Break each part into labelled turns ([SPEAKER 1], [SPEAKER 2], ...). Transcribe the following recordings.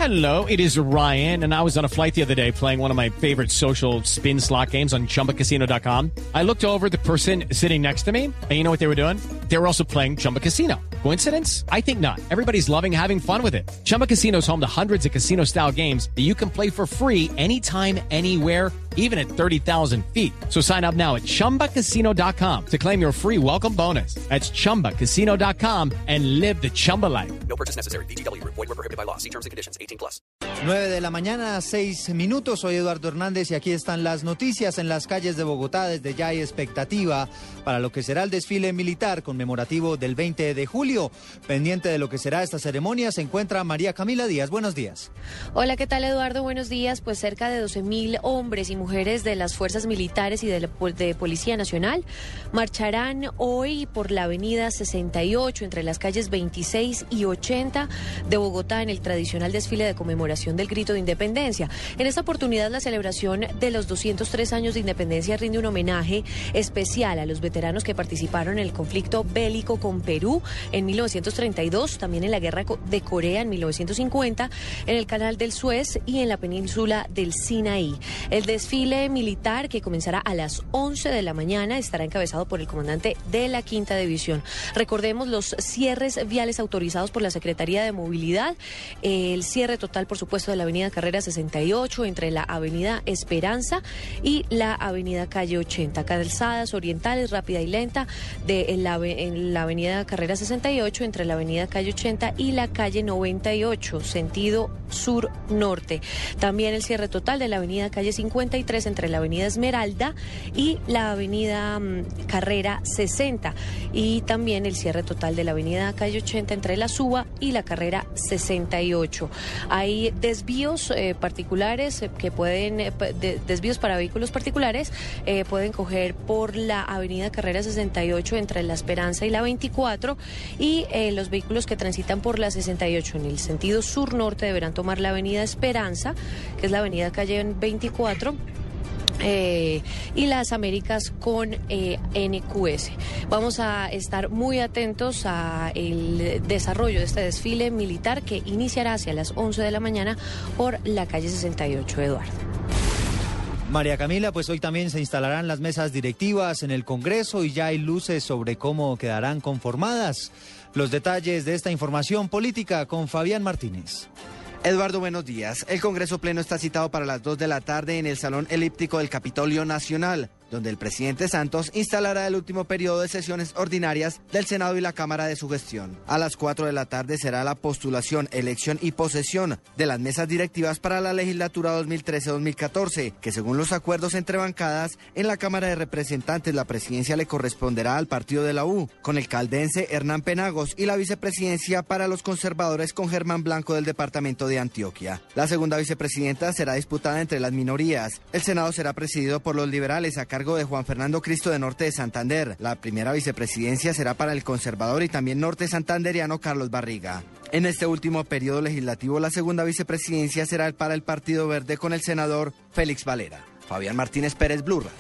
[SPEAKER 1] Hello, it is Ryan, and I was on a flight the other day playing one of my favorite social spin slot games on ChumbaCasino.com. I looked over at the person sitting next to me, and you know what they were doing? They were also playing Chumba Casino. Coincidence? I think not. Everybody's loving having fun with it. Chumba Casino is home to hundreds of casino-style games that you can play for free anytime, anywhere, even at 30,000 feet. So sign up now at ChumbaCasino.com to claim your free welcome bonus. That's ChumbaCasino.com and live the Chumba life.
[SPEAKER 2] No purchase necessary. VGW. Void were prohibited by law. See terms and conditions. 18+.
[SPEAKER 3] 9 de la mañana, 6 minutos. Soy Eduardo Hernández y aquí están las noticias. En las calles de Bogotá desde ya hay expectativa para lo que será el desfile militar conmemorativo del 20 de julio. Pendiente de lo que será esta ceremonia se encuentra María Camila Díaz. Buenos días.
[SPEAKER 4] Hola, ¿qué tal, Eduardo? Buenos días. Pues cerca de 12.000 hombres y mujeres de las fuerzas militares y de Policía Nacional marcharán hoy por la avenida 68 entre las calles 26 y 80 de Bogotá en el tradicional desfile de conmemoración del Grito de Independencia. En esta oportunidad, la celebración de los 203 años de independencia rinde un homenaje especial a los veteranos que participaron en el conflicto bélico con Perú en 1932, también en la Guerra de Corea en 1950, en el Canal del Suez y en la península del Sinaí. El desfile militar, que comenzará a las 11 de la mañana, estará encabezado por el comandante de la Quinta División. Recordemos los cierres viales autorizados por la Secretaría de Movilidad. El cierre total, por supuesto, de la avenida Carrera 68 entre la avenida Esperanza y la avenida Calle 80. Calzadas orientales, rápida y lenta en la avenida Carrera 68 entre la avenida Calle 80 y la calle 98, sentido sur-norte. También el cierre total de la avenida Calle 53 entre la avenida Esmeralda y la avenida Carrera 60. Y también el cierre total de la avenida Calle 80 entre la Suba y la Carrera 68. Hay desvíos particulares que pueden, desvíos para vehículos particulares, pueden coger por la avenida Carrera 68 entre la Esperanza y la 24, y los vehículos que transitan por la 68 en el sentido sur-norte deberán tomar la avenida Esperanza, que es la avenida Calle 24, y las Américas con NQS. Vamos a estar muy atentos a el desarrollo de este desfile militar que iniciará hacia las 11 de la mañana por la calle 68, Eduardo.
[SPEAKER 3] María Camila, pues hoy también se instalarán las mesas directivas en el Congreso y ya hay luces sobre cómo quedarán conformadas. Los detalles de esta información política con Fabián Martínez.
[SPEAKER 5] Eduardo, buenos días. El Congreso Pleno está citado para las 2 de la tarde en el Salón Elíptico del Capitolio Nacional, donde el presidente Santos instalará el último periodo de sesiones ordinarias del Senado y la Cámara de su gestión. A las 4 de la tarde será la postulación, elección y posesión de las mesas directivas para la legislatura 2013-2014, que según los acuerdos entre bancadas en la Cámara de Representantes, la presidencia le corresponderá al partido de la U, con el caldense Hernán Penagos, y la vicepresidencia para los conservadores con Germán Blanco del departamento de Antioquia. La segunda vicepresidenta será disputada entre las minorías. El Senado será presidido por los liberales a cargo de Juan Fernando Cristo de Norte de Santander. La primera vicepresidencia será para el conservador y también norte santanderiano Carlos Barriga. En este último periodo legislativo, la segunda vicepresidencia será para el Partido Verde con el senador Félix Valera. Fabián Martínez Pérez, Blue Radio.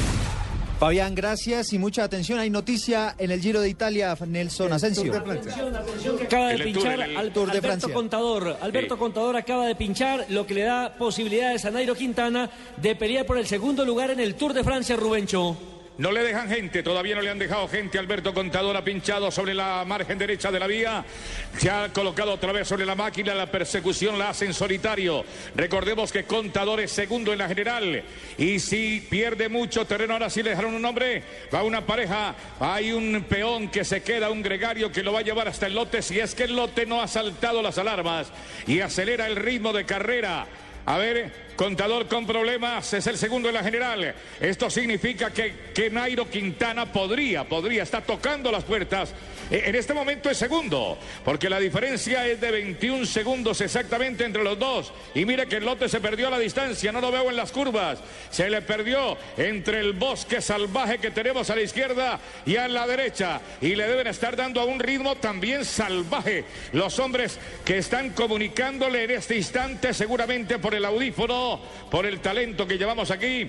[SPEAKER 3] Fabián, gracias y mucha atención. Hay noticia en el Giro de Italia, Nelson Asensio.
[SPEAKER 6] Atención, que acaba de pinchar al
[SPEAKER 3] Tour de
[SPEAKER 6] Alberto
[SPEAKER 3] Francia.
[SPEAKER 6] Contador. Alberto Contador acaba de pinchar, lo que le da posibilidades a Nairo Quintana de pelear por el segundo lugar en el Tour de Francia, Rubencho.
[SPEAKER 7] No le dejan gente, todavía no le han dejado gente. Alberto Contador ha pinchado sobre la margen derecha de la vía. Se ha colocado otra vez sobre la máquina. La persecución la hace en solitario. Recordemos que Contador es segundo en la general. Y si pierde mucho terreno, ahora sí le dejaron un hombre. Va una pareja. Hay un peón que se queda, un gregario que lo va a llevar hasta el lote. Si es que el lote no ha saltado las alarmas y acelera el ritmo de carrera. A ver, Contador con problemas, es el segundo en la general. Esto significa que Nairo Quintana podría, está tocando las puertas. En este momento es segundo, porque la diferencia es de 21 segundos exactamente entre los dos. Y mire que el lote se perdió a la distancia, no lo veo en las curvas. Se le perdió entre el bosque salvaje que tenemos a la izquierda y a la derecha. Y le deben estar dando a un ritmo también salvaje los hombres que están comunicándole en este instante, seguramente por el audífono, por el talento que llevamos aquí.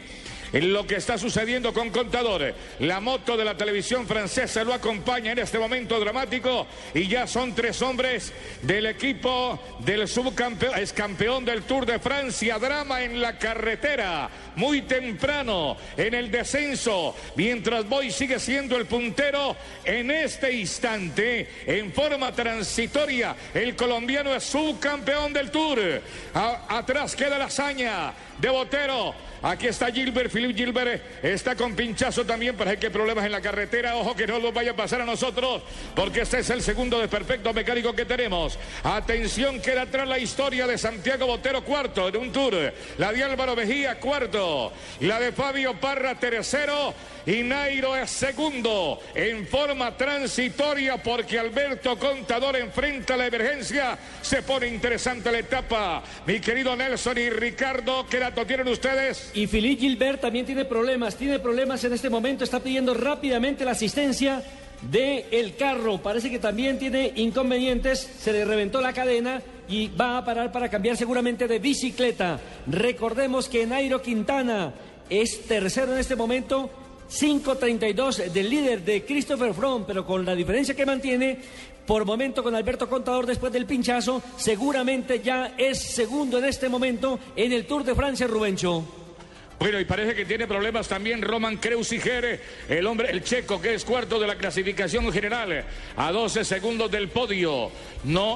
[SPEAKER 7] en lo que está sucediendo con Contador. La moto de la televisión francesa lo acompaña en este momento dramático y ya son 3 hombres del equipo del subcampeón, es campeón del Tour de Francia. Drama en la carretera, muy temprano en el descenso, mientras Boy sigue siendo el puntero en este instante, en forma transitoria. El colombiano es subcampeón del Tour. Atrás queda la hazaña de Botero. Aquí está Gilbert, Philippe Gilbert está con pinchazo también, pero hay que problemas en la carretera. Ojo que no nos vaya a pasar a nosotros, porque este es el segundo desperfecto mecánico que tenemos. Atención, queda atrás la historia de Santiago Botero, cuarto en un Tour. La de Álvaro Mejía, cuarto. La de Fabio Parra, tercero. Y Nairo es segundo, en forma transitoria, porque Alberto Contador enfrenta la emergencia. Se pone interesante la etapa. Mi querido Nelson y Ricardo, ¿qué dato tienen ustedes?
[SPEAKER 6] Y Philippe Gilbert también tiene problemas en este momento, está pidiendo rápidamente la asistencia del carro. Parece que también tiene inconvenientes, se le reventó la cadena y va a parar para cambiar seguramente de bicicleta. Recordemos que Nairo Quintana es tercero en este momento, 5.32 del líder de Christopher Froome, pero con la diferencia que mantiene por momento con Alberto Contador después del pinchazo, seguramente ya es segundo en este momento en el Tour de Francia, Rubencho.
[SPEAKER 7] Bueno, y parece que tiene problemas también Roman Kreuziger, el hombre, el checo, que es cuarto de la clasificación general, a 12 segundos del podio. No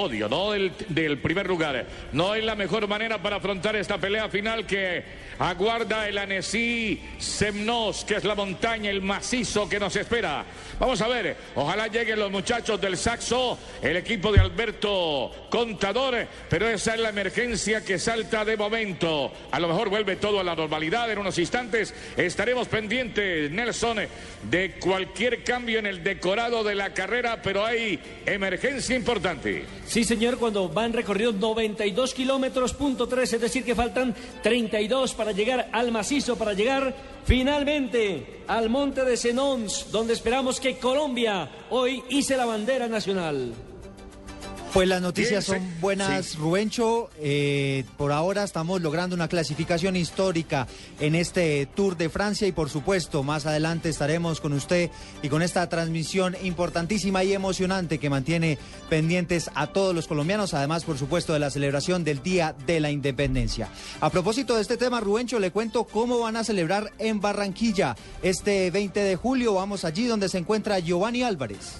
[SPEAKER 7] del primer lugar. No es la mejor manera para afrontar esta pelea final que aguarda el Annecy Semnos, que es la montaña, el macizo que nos espera. Vamos a ver, ojalá lleguen los muchachos del Saxo, el equipo de Alberto Contador, pero esa es la emergencia que salta de momento. A lo mejor vuelve todo a la normalidad en unos instantes. Estaremos pendientes, Nelson, de cualquier cambio en el decorado de la carrera, pero hay emergencia importante.
[SPEAKER 6] Sí, señor, cuando van recorridos 92 kilómetros, punto 3, es decir, que faltan 32 para llegar al macizo, para llegar finalmente al monte de Senons, donde esperamos que Colombia hoy hice la bandera nacional.
[SPEAKER 3] Pues las noticias son buenas, sí. Rubencho, por ahora estamos logrando una clasificación histórica en este Tour de Francia y por supuesto más adelante estaremos con usted y con esta transmisión importantísima y emocionante que mantiene pendientes a todos los colombianos, además por supuesto de la celebración del Día de la Independencia. A propósito de este tema, Rubencho, le cuento cómo van a celebrar en Barranquilla este 20 de julio. Vamos allí donde se encuentra Giovanni Álvarez.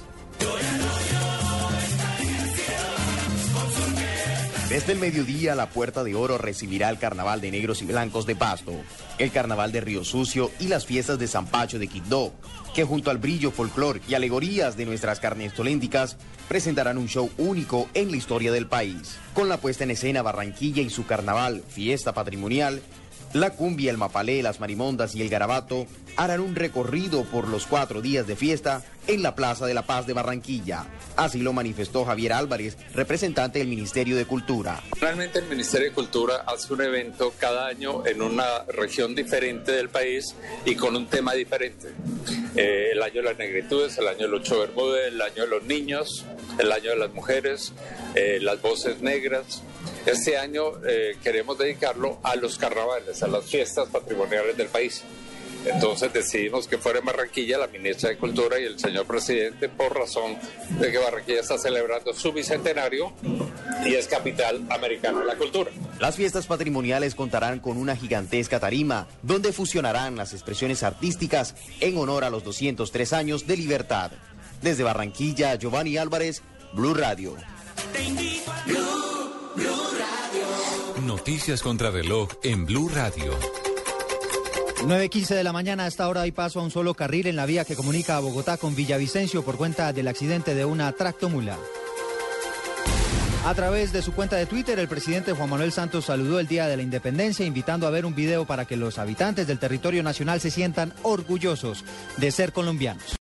[SPEAKER 8] Desde el mediodía, la Puerta de Oro recibirá el Carnaval de Negros y Blancos de Pasto, el Carnaval de Río Sucio y las fiestas de San Pacho de Quibdó, que junto al brillo, folclor y alegorías de nuestras carnestoléndicas presentarán un show único en la historia del país. Con la puesta en escena Barranquilla y su carnaval, fiesta patrimonial, la cumbia, el mapalé, las marimondas y el garabato harán un recorrido por los 4 días de fiesta en la Plaza de la Paz de Barranquilla. Así lo manifestó Javier Álvarez, representante del Ministerio de Cultura.
[SPEAKER 9] Realmente el Ministerio de Cultura hace un evento cada año en una región diferente del país y con un tema diferente. El año de las negritudes, el año del Ocho Bermúdez, el año de los niños, el año de las mujeres, las voces negras. Este año queremos dedicarlo a los carnavales, a las fiestas patrimoniales del país. Entonces decidimos que fuera en Barranquilla la ministra de Cultura y el señor presidente, por razón de que Barranquilla está celebrando su bicentenario y es capital americana de la cultura.
[SPEAKER 8] Las fiestas patrimoniales contarán con una gigantesca tarima donde fusionarán las expresiones artísticas en honor a los 203 años de libertad. Desde Barranquilla, Giovanni Álvarez, Blue Radio.
[SPEAKER 10] Blue Radio. Noticias contra reloj en Blue Radio.
[SPEAKER 3] 9:15 de la mañana, a esta hora hay paso a un solo carril en la vía que comunica a Bogotá con Villavicencio por cuenta del accidente de una tractomula. A través de su cuenta de Twitter, el presidente Juan Manuel Santos saludó el Día de la Independencia, invitando a ver un video para que los habitantes del territorio nacional se sientan orgullosos de ser colombianos.